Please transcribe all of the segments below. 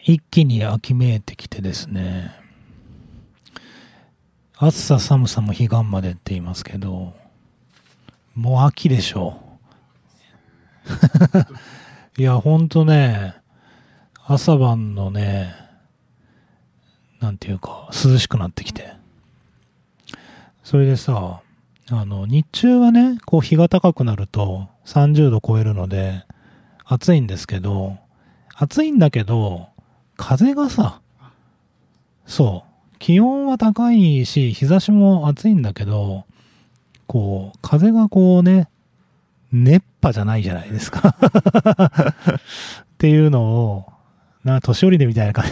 一気に秋めいてきてですね、暑さ寒さも彼岸までって言いますけど、もう秋でしょう。いや、ほんとね、朝晩のね、なんていうか、涼しくなってきて。それでさ、日中はね、こう日が高くなると30度超えるので、暑いんですけど、暑いんだけど、風がさ、そう、気温は高いし、日差しも暑いんだけど、こう、風がこうね、熱波じゃないじゃないですか。っていうのを、年寄りでみたいな感じ。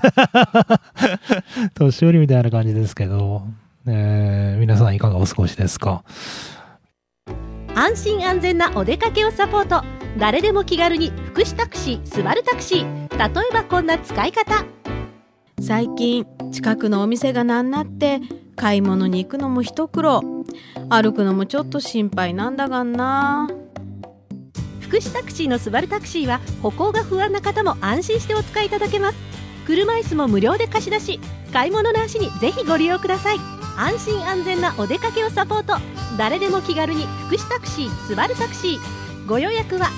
年寄りみたいな感じですけど、皆さんいかがお過ごしですか？ 安心安全なお出かけをサポート。誰でも気軽に福祉タクシー、スバルタクシー。例えばこんな使い方。 最近近くのお店がなんなって買い物に行くのも一苦労、歩くのもちょっと心配なんだがんな。 福祉タクシーのスバルタクシーは歩行が不安な方も安心してお使いいただけます。車椅子も無料で貸し出し、買い物の足にぜひご利用ください。安心安全なお出かけをサポート。誰でも気軽に福祉タクシー、スバルタクシー。ご予約は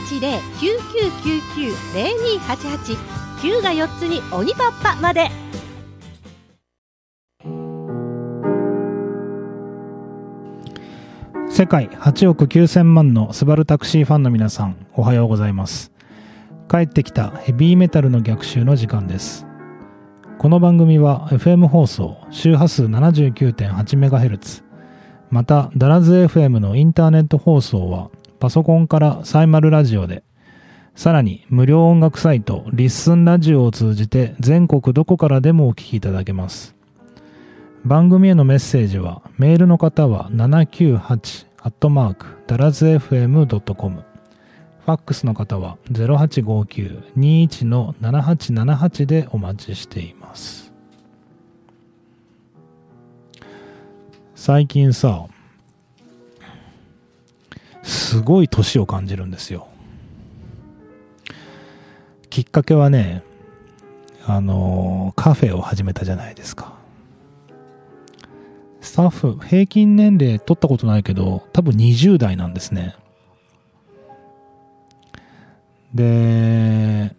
080-9999-0288 9が4つに鬼パッパまで。 世界8億9000万のスバルタクシーファンの皆さん、おはようございます。帰ってきたヘビーメタルの逆襲の時間です。この番組は FM 放送周波数 79.8MHz、 またダラズ FM のインターネット放送はパソコンからサイマルラジオで、さらに無料音楽サイトリッスンラジオを通じて全国どこからでもお聞きいただけます。番組へのメッセージはメールの方は798@darazfm.com、 ファックスの方は 0859-21-7878 でお待ちしています。最近さ、すごい年を感じるんですよ。きっかけはね、カフェを始めたじゃないですか。スタッフ平均年齢取ったことないけど多分20代なんですね。で、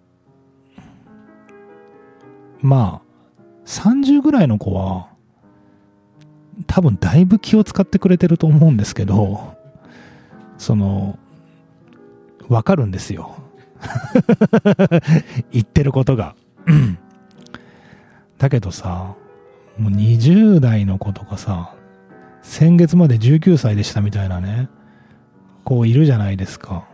まあ30ぐらいの子は多分だいぶ気を使ってくれてると思うんですけど、わかるんですよ。言ってることが。だけどさ、もう20代の子とかさ、先月まで19歳でしたみたいなね、こういるじゃないですか。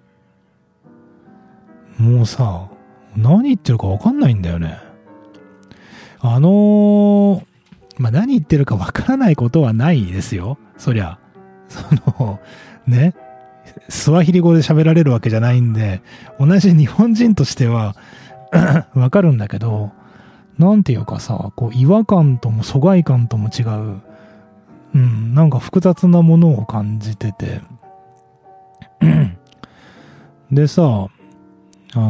もうさ、何言ってるか分かんないんだよね。何言ってるか分からないことはないですよ。そりゃ。ね、スワヒリ語で喋られるわけじゃないんで、同じ日本人としては分かるんだけど、なんていうかさ、こう違和感とも疎外感とも違う、なんか複雑なものを感じててでさ、例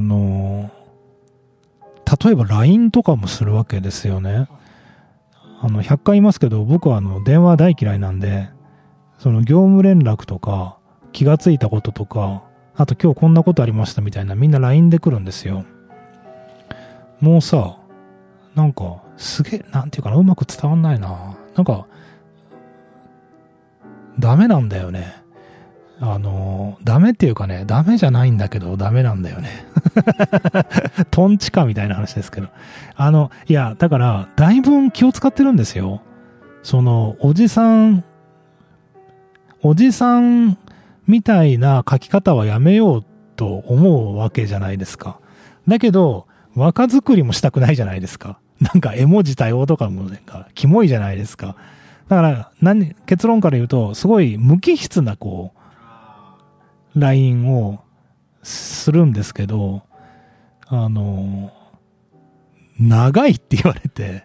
えば LINE とかもするわけですよね。100回言いますけど、僕は電話大嫌いなんで、業務連絡とか気がついたこととか、あと今日こんなことありましたみたいな、みんな LINE で来るんですよ。もうさ、なんかすげえ、なんていうかな、うまく伝わんないな。なんかダメなんだよね。ダメっていうかね、ダメじゃないんだけどダメなんだよね。トンチかみたいな話ですけど、いやだからだいぶ気を使ってるんですよ。おじさんみたいな書き方はやめようと思うわけじゃないですか。だけど若作りもしたくないじゃないですか。なんか絵文字多用とかもなんかキモいじゃないですか。だから結論から言うと、すごい無機質なこう LINE をするんですけど、長いって言われて、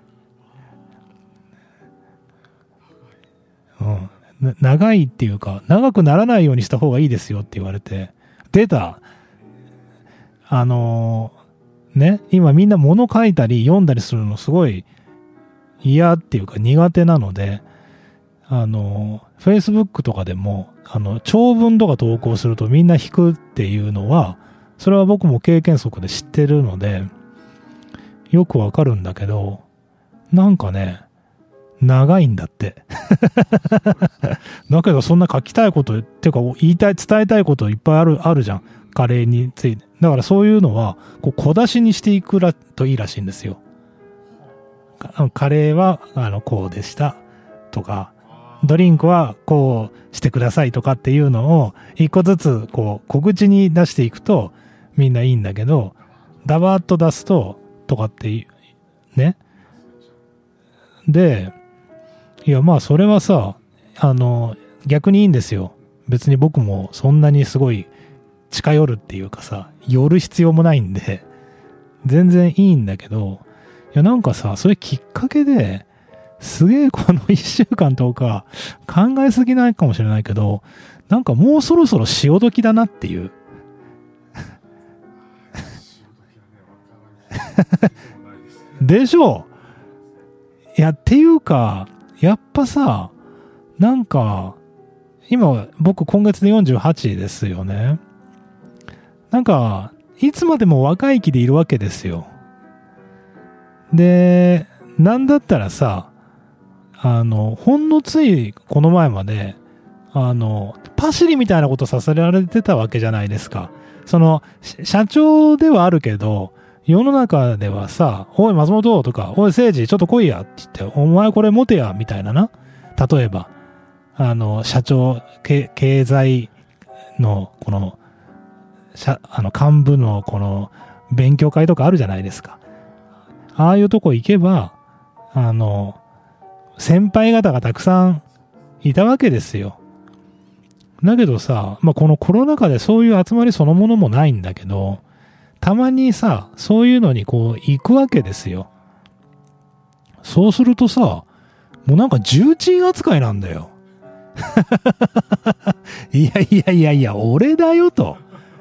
長いっていうか、長くならないようにした方がいいですよって言われて、出た。 ね、今みんな物書いたり読んだりするのすごい嫌っていうか苦手なので、Facebook とかでも、長文とか投稿するとみんな引くっていうのは、それは僕も経験則で知ってるので、よくわかるんだけど、なんかね、長いんだって。だけどそんな書きたいこと、っていうか伝えたいこといっぱいあるじゃん。カレーについて。だからそういうのは、小出しにしていくといいらしいんですよ。カレーは、こうでした。とか、ドリンクはこうしてくださいとかっていうのを、一個ずつ、小口に出していくと、みんないいんだけど、ダバーッと出すと、とかっていう、ね。で、いや、まあ、それはさ、逆にいいんですよ。別に僕もそんなにすごい近寄るっていうかさ、寄る必要もないんで、全然いいんだけど、いや、なんかさ、それきっかけで、すげえこの1週間とか考えすぎないかもしれないけど、なんかもうそろそろ潮時だなっていう。でしょう。いや、っていうか、やっぱさ、なんか、今、僕今月で48ですよね。なんか、いつまでも若い気でいるわけですよ。で、なんだったらさ、ほんのついこの前まで、パシリみたいなことさせられてたわけじゃないですか。社長ではあるけど、世の中ではさ、おい松本とか、おい誠治ちょっと来いやって言って、お前これ持てやみたいなな。例えば、社長、経済の、幹部の勉強会とかあるじゃないですか。ああいうとこ行けば、先輩方がたくさんいたわけですよ。だけどさ、まあ、このコロナ禍でそういう集まりそのものもないんだけど、たまにさ、そういうのに行くわけですよ。そうするとさ、もうなんか重鎮扱いなんだよ。いや、俺だよと。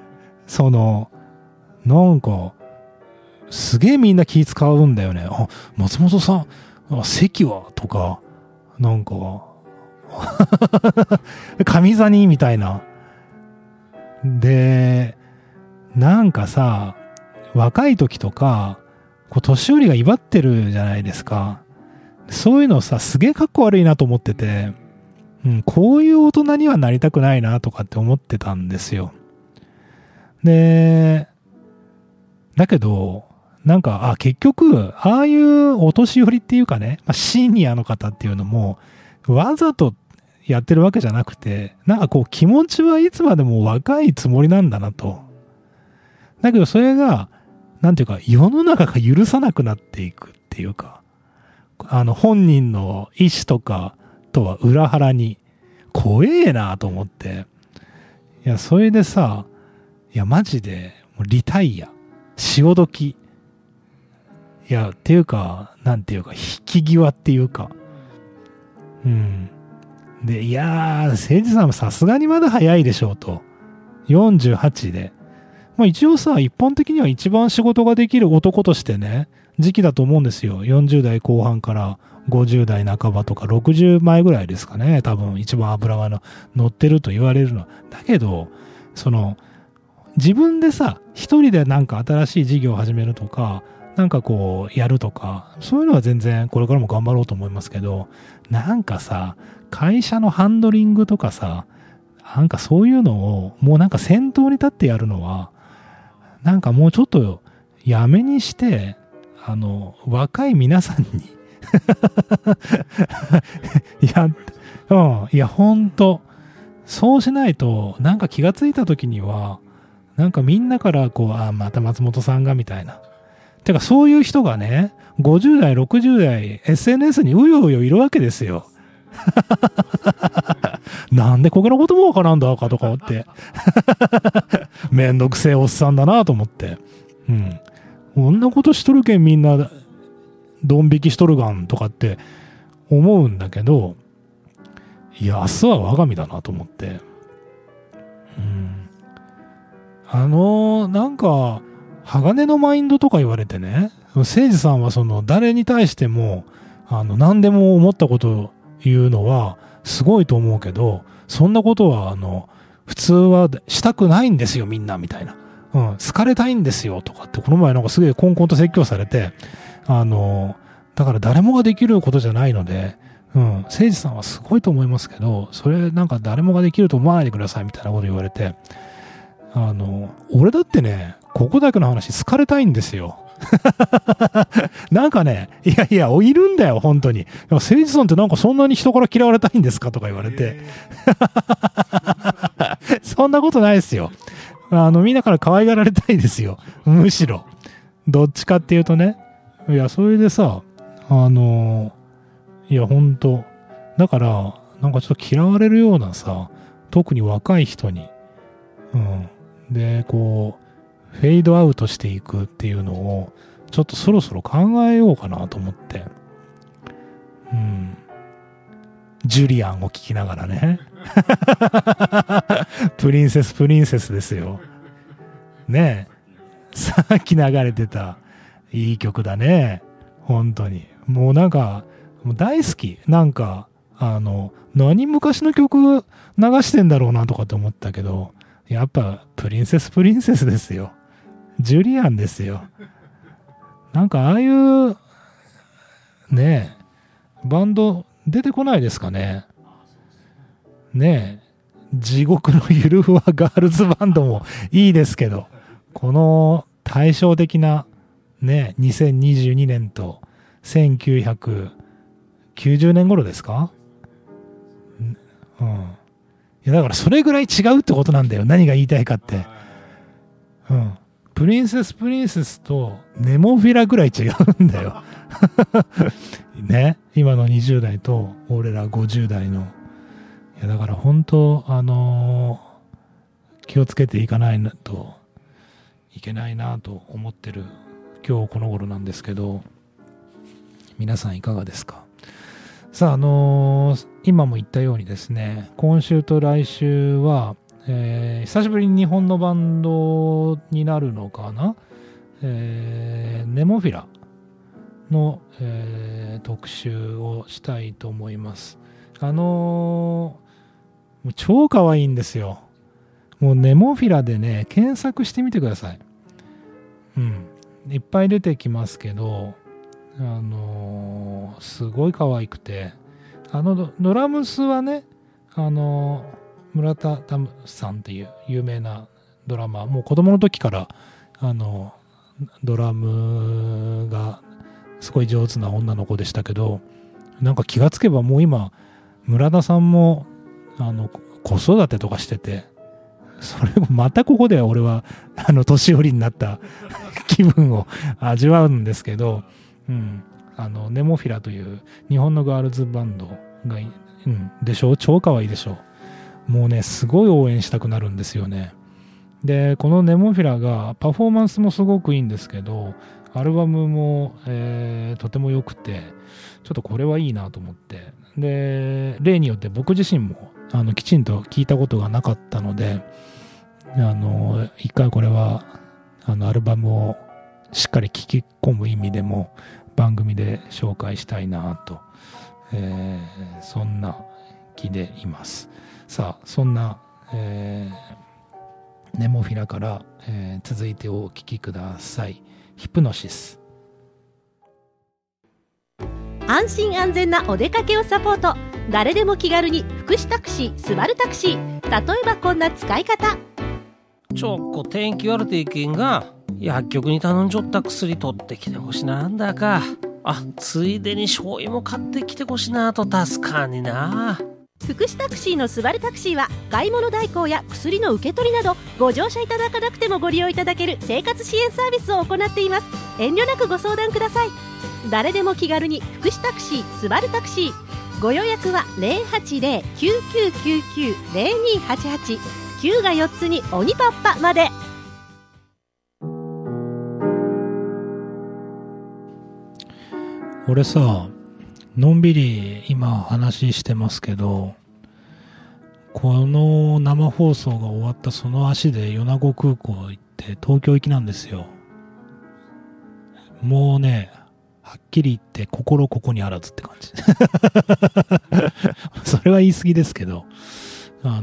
なんか、すげえみんな気使うんだよね。あ、松本さん、席はとか、なんか、上座にみたいな。で、なんかさ、若い時とか、年寄りが威張ってるじゃないですか。そういうのさ、すげえかっこ悪いなと思ってて、こういう大人にはなりたくないなとかって思ってたんですよ。で、だけど、なんか、結局、ああいうお年寄りっていうかね、シニアの方っていうのも、わざとやってるわけじゃなくて、なんか気持ちはいつまでも若いつもりなんだなと。だけどそれが、なんていうか、世の中が許さなくなっていくっていうか、本人の意思とかとは裏腹に、怖えなと思って。いや、それでさ、いや、マジで、もうリタイア、潮時、いや、っていうか、なんていうか、引き際っていうか。で、いやー、誠治さんもさすがにまだ早いでしょうと。48で。一応さ、一般的には一番仕事ができる男としてね、時期だと思うんですよ。40代後半から50代半ばとか60前ぐらいですかね。多分一番脂が乗ってると言われるの。だけど、自分でさ、一人でなんか新しい事業を始めるとか、なんかやるとか、そういうのは全然これからも頑張ろうと思いますけど、なんかさ、会社のハンドリングとかさ、なんかそういうのをもうなんか先頭に立ってやるのは、なんかもうちょっとやめにして、若い皆さんにいや、ほんと、そうしないと、なんか気がついた時には、なんかみんなからまた松本さんがみたいな。てかそういう人がね、50代、60代、SNS にうようよいるわけですよ。なんでこげのこともわからんだかとか思って。めんどくせえおっさんだなと思って。こんなことしとるけんみんな、ドン引きしとるがんとかって思うんだけど、いや、明日は我が身だなと思って。なんか、 鋼のマインドとか言われてね、誠司さんはその誰に対しても何でも思ったことを言うのはすごいと思うけど、そんなことは普通はしたくないんですよみんなみたいな、好かれたいんですよとかってこの前なんかすげえコンコンと説教されて、だから誰もができることじゃないので、誠司さんはすごいと思いますけど、それなんか誰もができると思わないでくださいみたいなこと言われて、俺だってね、ここだけの話好かれたいんですよ。なんかね、いや、いるんだよ、本当に。誠司さんってなんかそんなに人から嫌われたいんですかとか言われて。そんなことないですよ。みんなから可愛がられたいですよ。むしろ。どっちかっていうとね。いや、それでさ、いや、本当だから、なんかちょっと嫌われるようなさ、特に若い人に、で、こう、フェードアウトしていくっていうのを、ちょっとそろそろ考えようかなと思って。ジュリアンを聞きながらね。プリンセスですよ。ねえ。さっき流れてた、いい曲だね。本当に。もうなんか、もう大好き。なんか、何昔の曲流してんだろうなとかって思ったけど、やっぱプリンセスですよ。ジュリアンですよ。なんかああいうねえバンド出てこないですかね。ねえ、地獄のゆるふわガールズバンドもいいですけど、この対照的なね、2022年と1990年頃ですか？いやだからそれぐらい違うってことなんだよ。何が言いたいかって。プリンセスとネモフィラぐらい違うんだよ。ね。今の20代と俺ら50代の。いやだから本当気をつけていかないといけないなと思ってる今日この頃なんですけど、皆さんいかがですか？さあ、今も言ったようにですね、今週と来週は、久しぶりに日本のバンドになるのかな、ネモフィラの、特集をしたいと思います。超可愛いんですよ。もうネモフィラでね、検索してみてください。いっぱい出てきますけど、すごい可愛くて、ドラムスはね、村田タムさんっていう有名なドラマー、もう子供の時からドラムがすごい上手な女の子でしたけど、なんか気がつけばもう今村田さんも子育てとかしてて、それをまたここで俺は年寄りになった気分を味わうんですけど、ネモフィラという日本のガールズバンドがでしょう、超可愛いでしょう。もうね、すごい応援したくなるんですよね。で、このネモフィラがパフォーマンスもすごくいいんですけど、アルバムも、とても良くて、ちょっとこれはいいなと思って、で、例によって僕自身もきちんと聞いたことがなかったので、一回これはアルバムをしっかり聞き込む意味でも番組で紹介したいなと、そんな気でいます。さあ、そんな、ネモフィラから、続いてお聞きください。ヒプノシス。 安心安全なお出かけをサポート。誰でも気軽に福祉タクシー、スバルタクシー。例えばこんな使い方。 ちょっこ天気悪ていけんが、薬局に頼んじょった薬取ってきてほしなんだか。ついでに醤油も買ってきてほしなと助かんにな。 福祉タクシーのスバルタクシーは買い物代行や薬の受け取りなどご乗車いただかなくてもご利用いただける生活支援サービスを行っています。遠慮なくご相談ください。誰でも気軽に福祉タクシー、スバルタクシー。ご予約は 080-9999-0288 9が4つに鬼パッパまで。 俺さ、のんびり今話してますけど、この生放送が終わったその足で米子空港行って東京行きなんですよ。 もうね、はっきり言って心ここにあらずって感じ。それは言い過ぎですけど、ま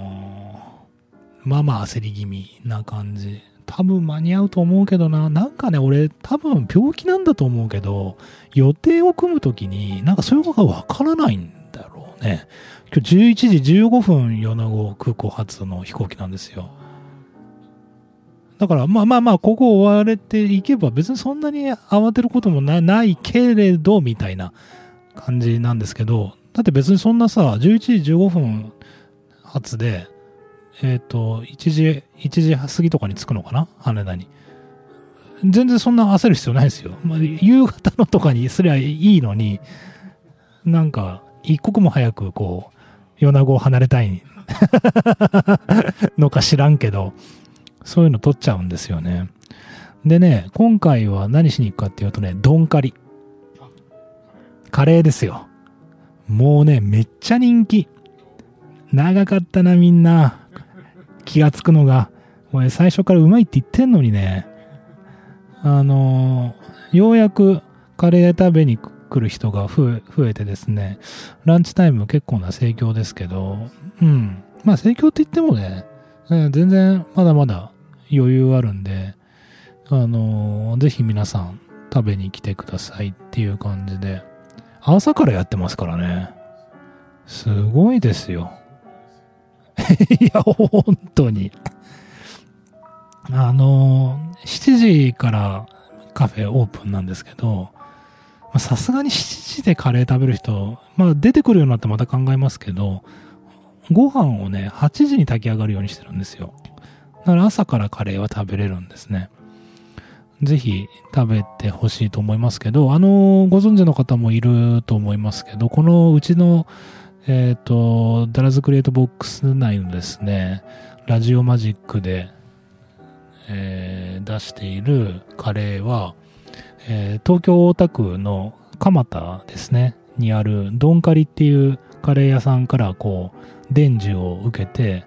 あまあ焦り気味な感じ。多分間に合うと思うけどな。なんかね、俺多分病気なんだと思うけど、予定を組むときになんかそういうことがわからないんだろうね。今日11時15分米子空港発の飛行機なんですよ。だからまあここ追われていけば別にそんなに慌てることもないけれどみたいな感じなんですけど、だって別にそんなさ11時15分発で1時過ぎとかに着くのかな、羽田に。全然そんな焦る必要ないですよ。夕方のとかにすりゃいいのに、なんか一刻も早くこう米子を離れたいのか知らんけど、そういうの取っちゃうんですよね。でね、今回は何しに行くかっていうとね、ドンカリ。カレーですよ。もうね、めっちゃ人気。長かったな、みんな。気がつくのが。俺最初からうまいって言ってんのにね。ようやくカレー食べに来る人が増えてですね、ランチタイム結構な盛況ですけど、まあ盛況って言ってもね、全然まだまだ余裕あるんで、ぜひ皆さん食べに来てくださいっていう感じで、朝からやってますからね。すごいですよ。いや、本当に。7時からカフェオープンなんですけど、さすがに7時でカレー食べる人、出てくるようになってまた考えますけど、ご飯をね、8時に炊き上がるようにしてるんですよ。だから朝からカレーは食べれるんですね。ぜひ食べてほしいと思いますけど、ご存知の方もいると思いますけど、このうちの、ダラズクリエイトボックス内のですね、ラジオマジックで、出しているカレーは、東京大田区の蒲田ですね、にあるドンカリっていうカレー屋さんからこう、伝授を受けて、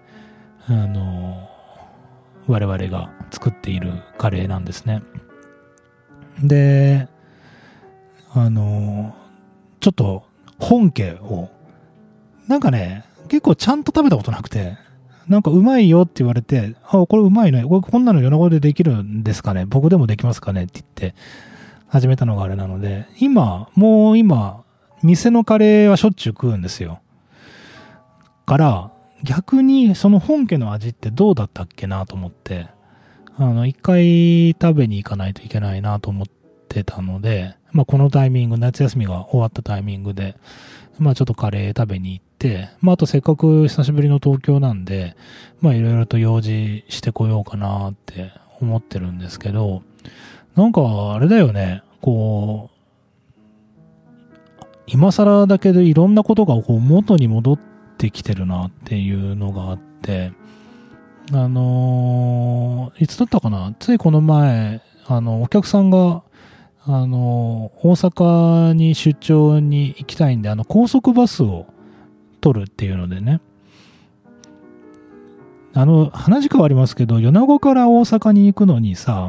我々が作っているカレーなんですね。で、ちょっと本家を、なんかね、結構ちゃんと食べたことなくて、なんかうまいよって言われて、これうまいね。こんなの米子でできるんですかね。僕でもできますかねって言って始めたのがあれなので、今、店のカレーはしょっちゅう食うんですよ。から、逆にその本家の味ってどうだったっけなと思って、一回食べに行かないといけないなと思ってたので、このタイミング、夏休みが終わったタイミングで、ちょっとカレー食べに行って、あとせっかく久しぶりの東京なんで、いろいろと用事してこようかなって思ってるんですけど、なんかあれだよね、こう、今更だけどいろんなことがこう元に戻ってきてるなっていうのがあって、いつだったかな、ついこの前、お客さんが、大阪に出張に行きたいんで、高速バスを取るっていうのでね。話変わりますけど、米子から大阪に行くのにさ、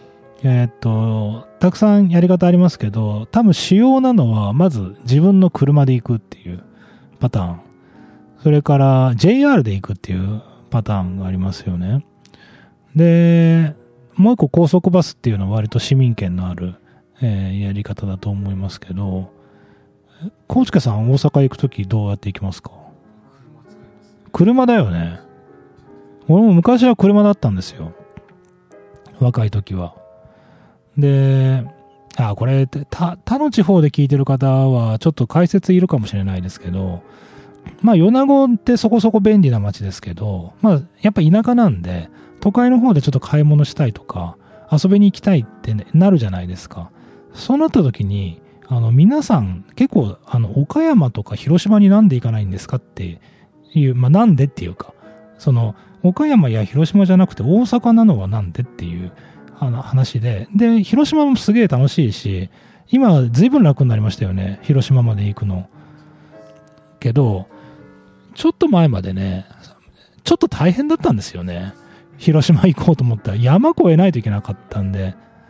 たくさんやり方ありますけど、多分主要なのは、まず自分の車で行くっていうパターン。それから JR で行くっていうパターンがありますよね。で、もう一個高速バスっていうのは割と市民権のあるやり方だと思いますけど、コウチケさん大阪行くときどうやって行きますか？車だよね。俺も昔は車だったんですよ。若い時は。で、これ、他の地方で聞いてる方はちょっと解説いるかもしれないですけど、米子ってそこそこ便利な街ですけど、やっぱ田舎なんで、都会の方でちょっと買い物したいとか、遊びに行きたいって、なるじゃないですか。そうなった時に、皆さん結構、岡山とか広島になんで行かないんですかっていう、なんでっていうか、岡山や広島じゃなくて大阪なのはなんでっていう話で、で、広島もすげえ楽しいし、今随分楽になりましたよね、広島まで行くの。けど、ちょっと前までね、ちょっと大変だったんですよね。広島行こうと思ったら山越えないといけなかったんで、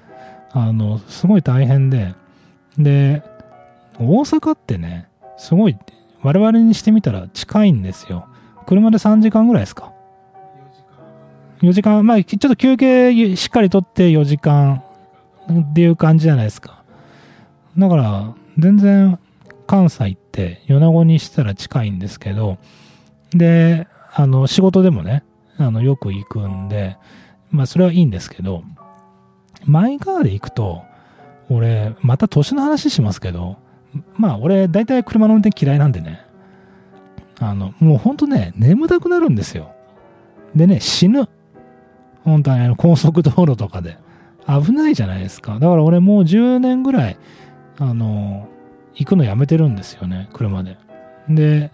すごい大変で、で、大阪ってね、すごい、我々にしてみたら近いんですよ。車で3時間ぐらいですか。4時間、まあ、ちょっと休憩しっかりとって4時間っていう感じじゃないですか。だから、全然、関西って米子にしたら近いんですけど、で、仕事でもね、よく行くんで、まあ、それはいいんですけど、マイカーで行くと、俺、また年の話しますけど、まあ、俺、大体車の運転嫌いなんでね、もうほんとね、眠たくなるんですよ。でね、死ぬ。本当に高速道路とかで。危ないじゃないですか。だから俺もう10年ぐらい、行くのやめてるんですよね、車で。で、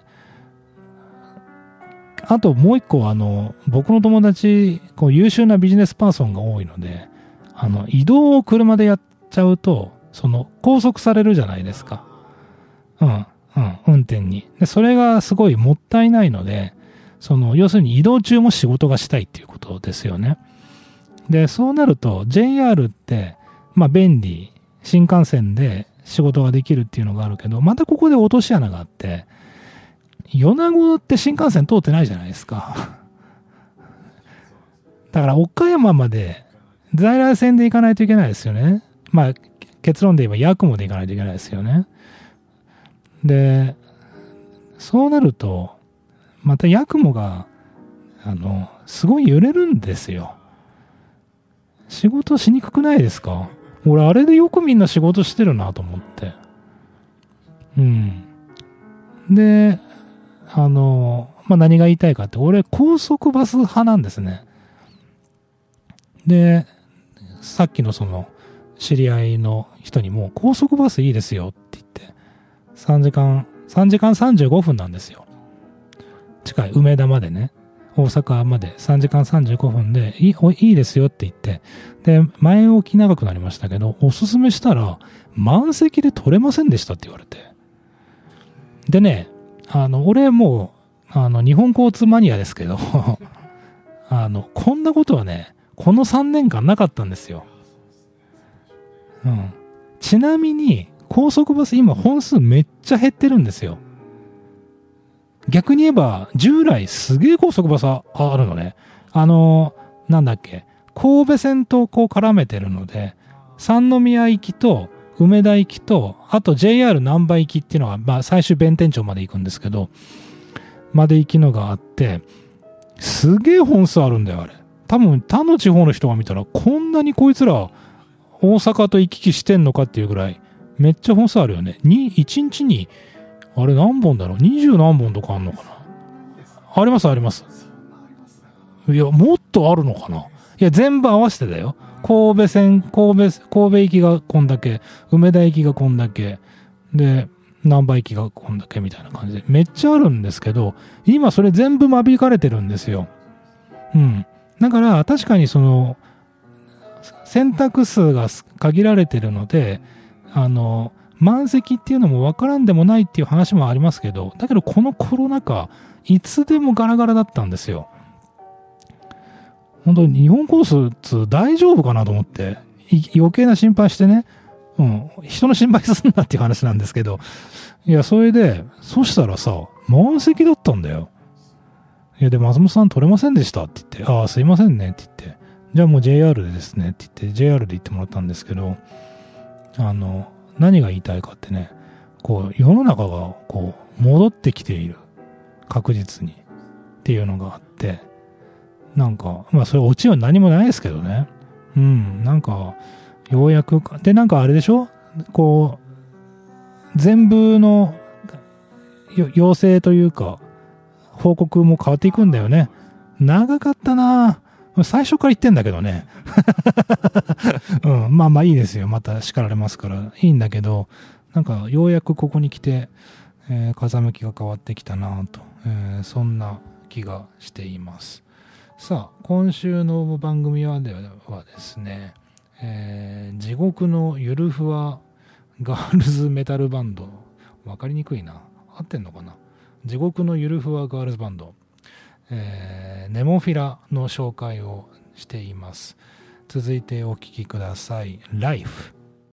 あともう一個僕の友達、優秀なビジネスパーソンが多いので、移動を車でやっちゃうと、拘束されるじゃないですか。運転に。で、それがすごいもったいないので、要するに移動中も仕事がしたいっていうことですよね。で、そうなると JR って、まあ便利、新幹線で仕事ができるっていうのがあるけど、またここで落とし穴があって、米子って新幹線通ってないじゃないですか。だから岡山まで在来線で行かないといけないですよね。まあ結論で言えば八雲で行かないといけないですよね。で、そうなると、また八雲が、すごい揺れるんですよ。仕事しにくくないですか？俺、あれでよくみんな仕事してるなと思って。で、まあ、何が言いたいかって、俺、高速バス派なんですね。で、さっきの知り合いの人にも、高速バスいいですよって言って、3時間35分なんですよ。近い、梅田までね。大阪まで3時間35分でいいですよって言って、で、前置き長くなりましたけど、おすすめしたら、満席で取れませんでしたって言われて。でね、俺もう、日本交通マニアですけど、こんなことはね、この3年間なかったんですよ。ちなみに、高速バス今本数めっちゃ減ってるんですよ。逆に言えば、従来すげえ高速バスあるのね。なんだっけ、神戸線と絡めてるので、三宮行きと梅田行きと、あと JR 難波行きっていうのが、まあ最終弁天町まで行くんですけど、まで行きのがあって、すげえ本数あるんだよ、あれ。多分他の地方の人が見たら、こんなにこいつら大阪と行き来してんのかっていうぐらい、めっちゃ本数あるよね。1日に、あれ何本だろう ?20 何本とかあんのかな？ありますあります。いや、もっとあるのかな？いや、全部合わせてだよ。神戸行きがこんだけ、梅田行きがこんだけ、で、難波行きがこんだけみたいな感じで、めっちゃあるんですけど、今それ全部間引かれてるんですよ。だから、確かに選択数が限られてるので、満席っていうのも分からんでもないっていう話もありますけど、だけどこのコロナ禍、いつでもガラガラだったんですよ。本当に日本交通大丈夫かなと思って、余計な心配してね、人の心配すんなっていう話なんですけど、いや、それで、そしたらさ、満席だったんだよ。いや、で、松本さん取れませんでしたって言って、ああ、すいませんねって言って、じゃあもう JR でですねって言って、JR で行ってもらったんですけど、何が言いたいかってね、世の中が戻ってきている。確実に。っていうのがあって、なんか、まあそれオチは何もないですけどね。なんか、ようやく、で、なんかあれでしょ？全部の要請というか、報告も変わっていくんだよね。長かったなぁ。最初から言ってんだけどね。まあまあいいですよ。また叱られますからいいんだけど、なんかようやくここに来て、風向きが変わってきたなと、そんな気がしています。さあ、今週の番組はですね、地獄のゆるふわガールズメタルバンド、わかりにくいな。合ってんのかな？地獄のゆるふわガールズバンド、ネモフィラの紹介をしています。 続いてお聴きください。Life。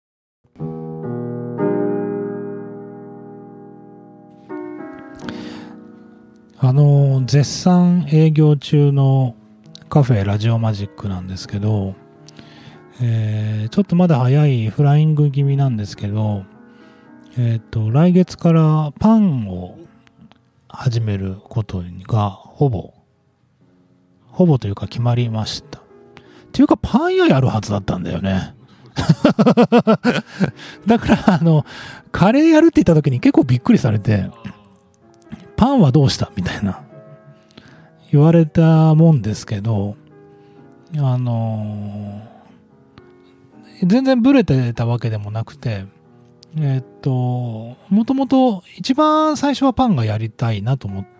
絶賛営業中のカフェラジオマジックなんですけど、ちょっとまだ早いフライング気味なんですけど、来月からパンを始めることがほぼというか決まりました。っていうかパン屋やるはずだったんだよね。だからカレーやるって言った時に結構びっくりされて、パンはどうしたみたいな言われたもんですけど、全然ブレてたわけでもなくて、もともと一番最初はパンがやりたいなと思って、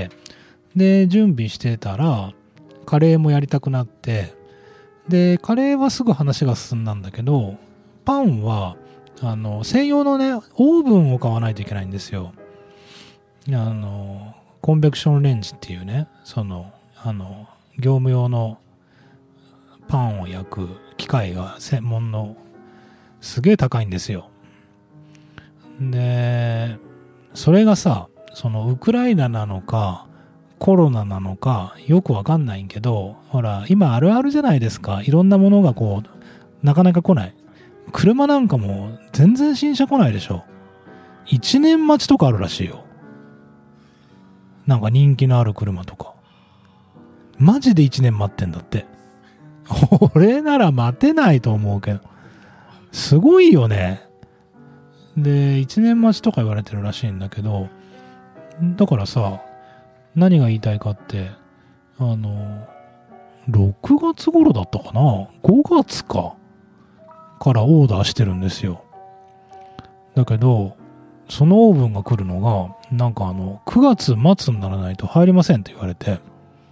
で準備してたらカレーもやりたくなって、でカレーはすぐ話が進んだんだけど、パンは専用のねオーブンを買わないといけないんですよ。コンベクションレンジっていうね、業務用のパンを焼く機械が専門のすげえ高いんですよ。でそれがさ、ウクライナなのかコロナなのかよくわかんないけど、ほら今あるあるじゃないですか。いろんなものがこうなかなか来ない。車なんかも全然新車来ないでしょ。1年待ちとかあるらしいよ。なんか人気のある車とかマジで1年待ってんだって。俺なら待てないと思うけど、すごいよね。で1年待ちとか言われてるらしいんだけど、だからさ、何が言いたいかって、6月頃だったかな、5月からオーダーしてるんですよ。だけどそのオーブンが来るのがなんか9月末にならないと入りませんって言われて、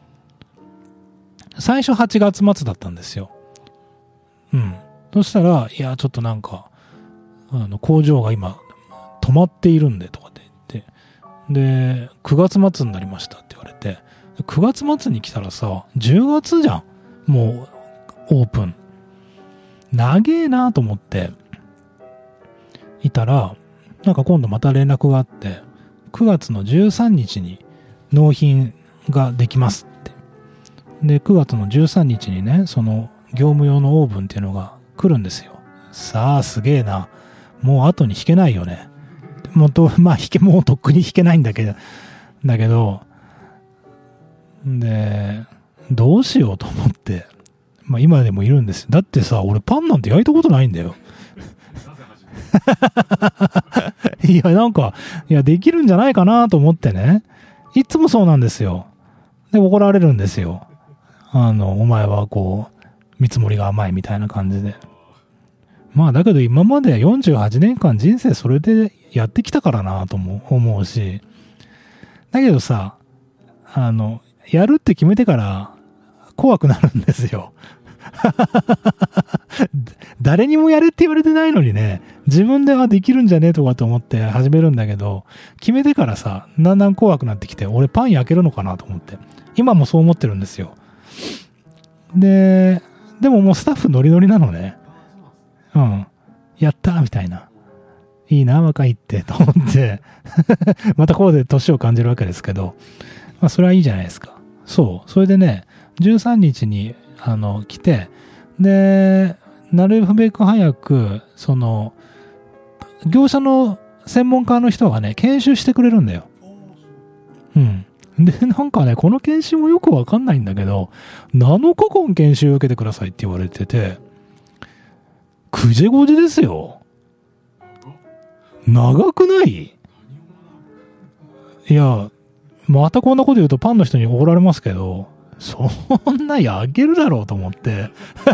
最初8月末だったんですよ。そしたら、いやちょっとなんか工場が今止まっているんでとかって言って、で9月末になりましたって言われて、9月末に来たらさ10月じゃん、もうオープン。長えなと思っていたら、なんか今度また連絡があって、9月の13日に納品ができますって。で9月の13日にね、その業務用のオーブンっていうのが来るんですよ。さあすげえな、もう後に引けないよね。もうとっくに引けないんだけど、でどうしようと思って、今でもいるんですよ。だってさ、俺パンなんて焼いたことないんだよ。いやできるんじゃないかなと思ってね、いつもそうなんですよ。で怒られるんですよ。お前はこう見積もりが甘いみたいな感じで。だけど今まで48年間人生それでやってきたからなとも思うし、だけどさ、やるって決めてから怖くなるんですよ。誰にもやれって言われてないのにね、自分でできるんじゃねえとかと思って始めるんだけど、決めてからさ、だんだん怖くなってきて、俺パン焼けるのかなと思って、今もそう思ってるんですよ。でももうスタッフノリノリなのね。やったーみたいな、いいな若いってと思ってまたこうで年を感じるわけですけど、それはいいじゃないですか。それでね、13日に来て、でなるべく早くその業者の専門家の人がね研修してくれるんだよ。でなんかね、この研修もよくわかんないんだけど、7日間研修受けてくださいって言われてて、9時5時ですよ。長くない？いやまたこんなこと言うとパンの人に怒られますけど、そんな焼けるだろうと思って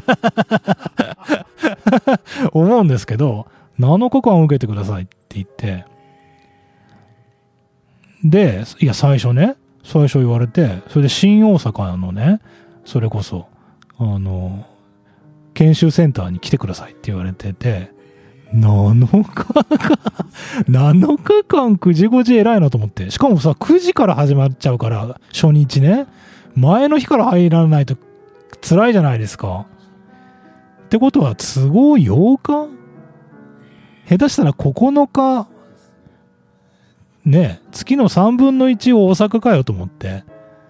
思うんですけど、7日間受けてくださいって言って、でいや最初言われて、それで新大阪のね、それこそ研修センターに来てくださいって言われてて、7日間9時5時偉いなと思って。しかもさ9時から始まっちゃうから、初日ね、前の日から入らないと辛いじゃないですか。 ってことは都合8日下手したら9日ね、月の3分の1を大阪かよと思って。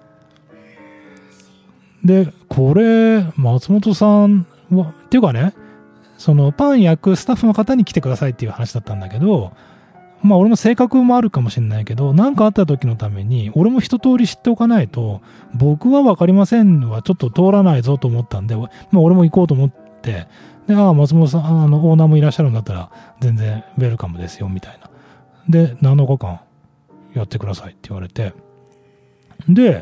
で、これ、松本さんは、っていうかね、そのパン焼くスタッフの方に来てくださいっていう話だったんだけど、まあ俺の性格もあるかもしれないけど、何かあった時のために、俺も一通り知っておかないと、僕は分かりませんはちょっと通らないぞと思ったんで、まあ俺も行こうと思って、で、松本さん、オーナーもいらっしゃるんだったら、全然ウェルカムですよ、みたいな。で、7日間やってくださいって言われて、で、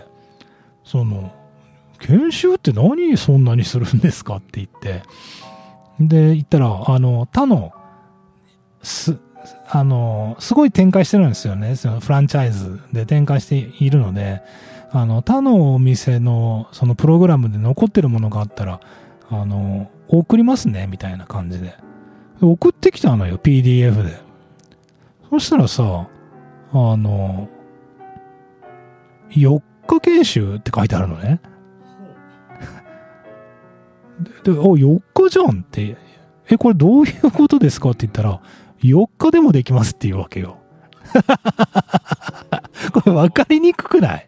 研修って何そんなにするんですかって言って、で、言ったら、他の、すごい展開してるんですよね。そのフランチャイズで展開しているので、他のお店のそのプログラムで残ってるものがあったら、送りますね、みたいな感じで。送ってきたのよ、PDF で。そしたらさ、4日研修って書いてあるのね。で、4日じゃんって。これどういうことですかって言ったら、4日でもできますっていうわけよ。これ分かりにくくない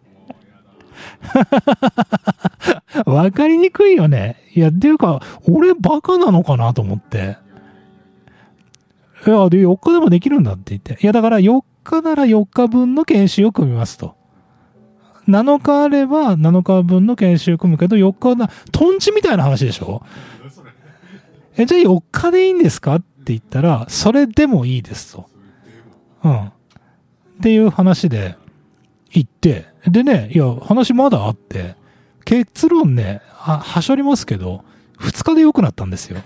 分かりにくいよね。いや、っていうか、俺バカなのかなと思って。いや、で、4日でもできるんだって言って。いや、だから4日なら4日分の研修を組みますと。7日あれば7日分の研修組むけど、4日はトンチみたいな話でしょ。じゃあ4日でいいんですかって言ったら、それでもいいですと。うん。っていう話で言って、でね、いや、話まだあって、結論ね、はしょりますけど、2日で良くなったんですよ。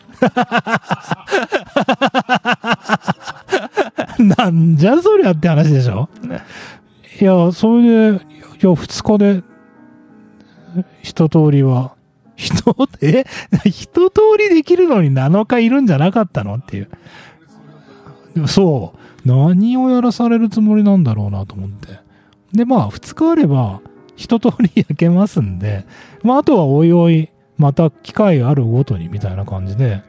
なんじゃそりゃって話でしょ。いや、それで、いや、2日で、一通りは、一通りできるのに7日いるんじゃなかったのっていう。でもそう。何をやらされるつもりなんだろうなと思って。で、まあ、2日あれば、一通り焼けますんで、まあ、あとはおいおい、また機会あるごとに、みたいな感じで。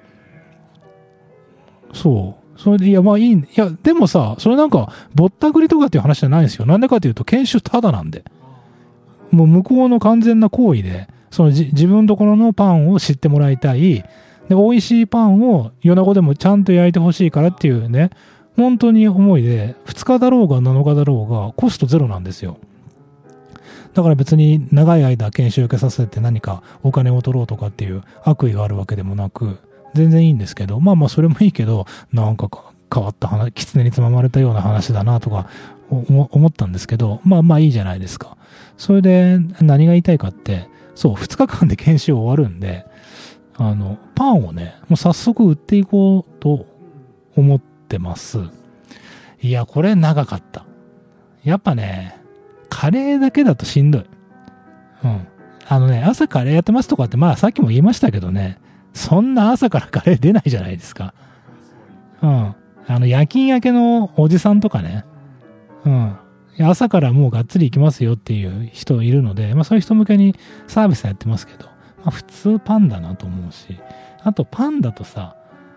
そう。それで、いや、まあいい。いや、でもさ、それなんか、ぼったくりとかっていう話じゃないんですよ。なんでかっていうと、研修ただなんで。もう向こうの完全な行為で、自分のところのパンを知ってもらいたい。で、美味しいパンを米子でもちゃんと焼いてほしいからっていうね、本当に思いで、2日だろうが7日だろうが、コストゼロなんですよ。だから別に長い間研修受けさせて何かお金を取ろうとかっていう悪意があるわけでもなく、全然いいんですけど、まあまあそれもいいけど、なんか変わった話、狐につままれたような話だなとか思ったんですけど、まあまあいいじゃないですか。それで何が言いたいかって、そう、2日間で研修終わるんで、パンをね、もう早速売っていこうと思ってます。いや、これ長かった。やっぱね、カレーだけだとしんどい。うん。朝カレーやってますとかって、まあさっきも言いましたけどね、そんな朝からカレー出ないじゃないですか。うん。夜勤明けのおじさんとかね。うん。朝からもうがっつり行きますよっていう人いるので、まあそういう人向けにサービスやってますけど、まあ普通パンだなと思うし、あとパンだとさ、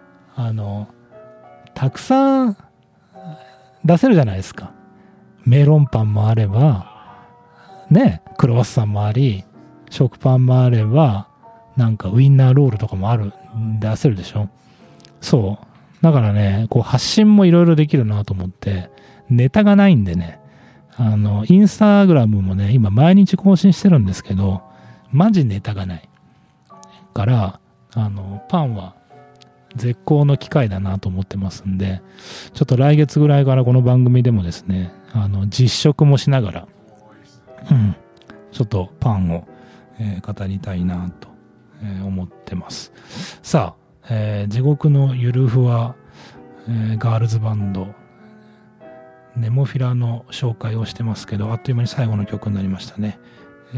たくさん出せるじゃないですか。メロンパンもあれば、ね、クロワッサンもあり、食パンもあれば、なんかウインナーロールとかも出せるでしょ。そう。だからね、こう発信もいろいろできるなと思って、ネタがないんでね、インスタグラムもね、今毎日更新してるんですけど、マジネタがない。から、パンは絶好の機会だなと思ってますんで、ちょっと来月ぐらいからこの番組でもですね、実食もしながら、ちょっとパンを、語りたいなと、思ってます。さあ、地獄のゆるふわ、ガールズバンド、ネモフィラの紹介をしてますけど、あっという間に最後の曲になりましたね。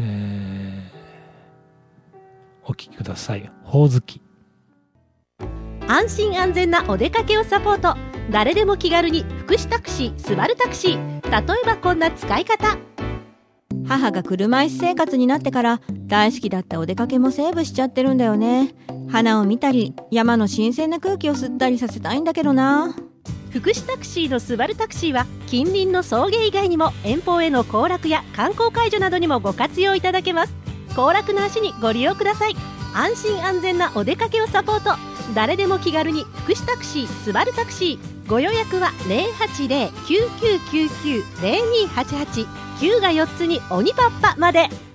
お聴きください。ほおずき。 安心安全なお出かけをサポート。誰でも気軽に福祉タクシー、スバルタクシー。例えばこんな使い方。 母が車椅子生活になってから大好きだったお出かけもセーブしちゃってるんだよね。 花を見たり山の新鮮な空気を吸ったりさせたいんだけどな。 福祉タクシーのスバルタクシーは近隣の送迎以外にも遠方への行楽や観光解除などにもご活用いただけます。行楽の足にご利用ください。安心安全なお出かけをサポート。誰でも気軽に福祉タクシースバルタクシー。ご予約は 080-9999-0288 9が4つに鬼パッパまで。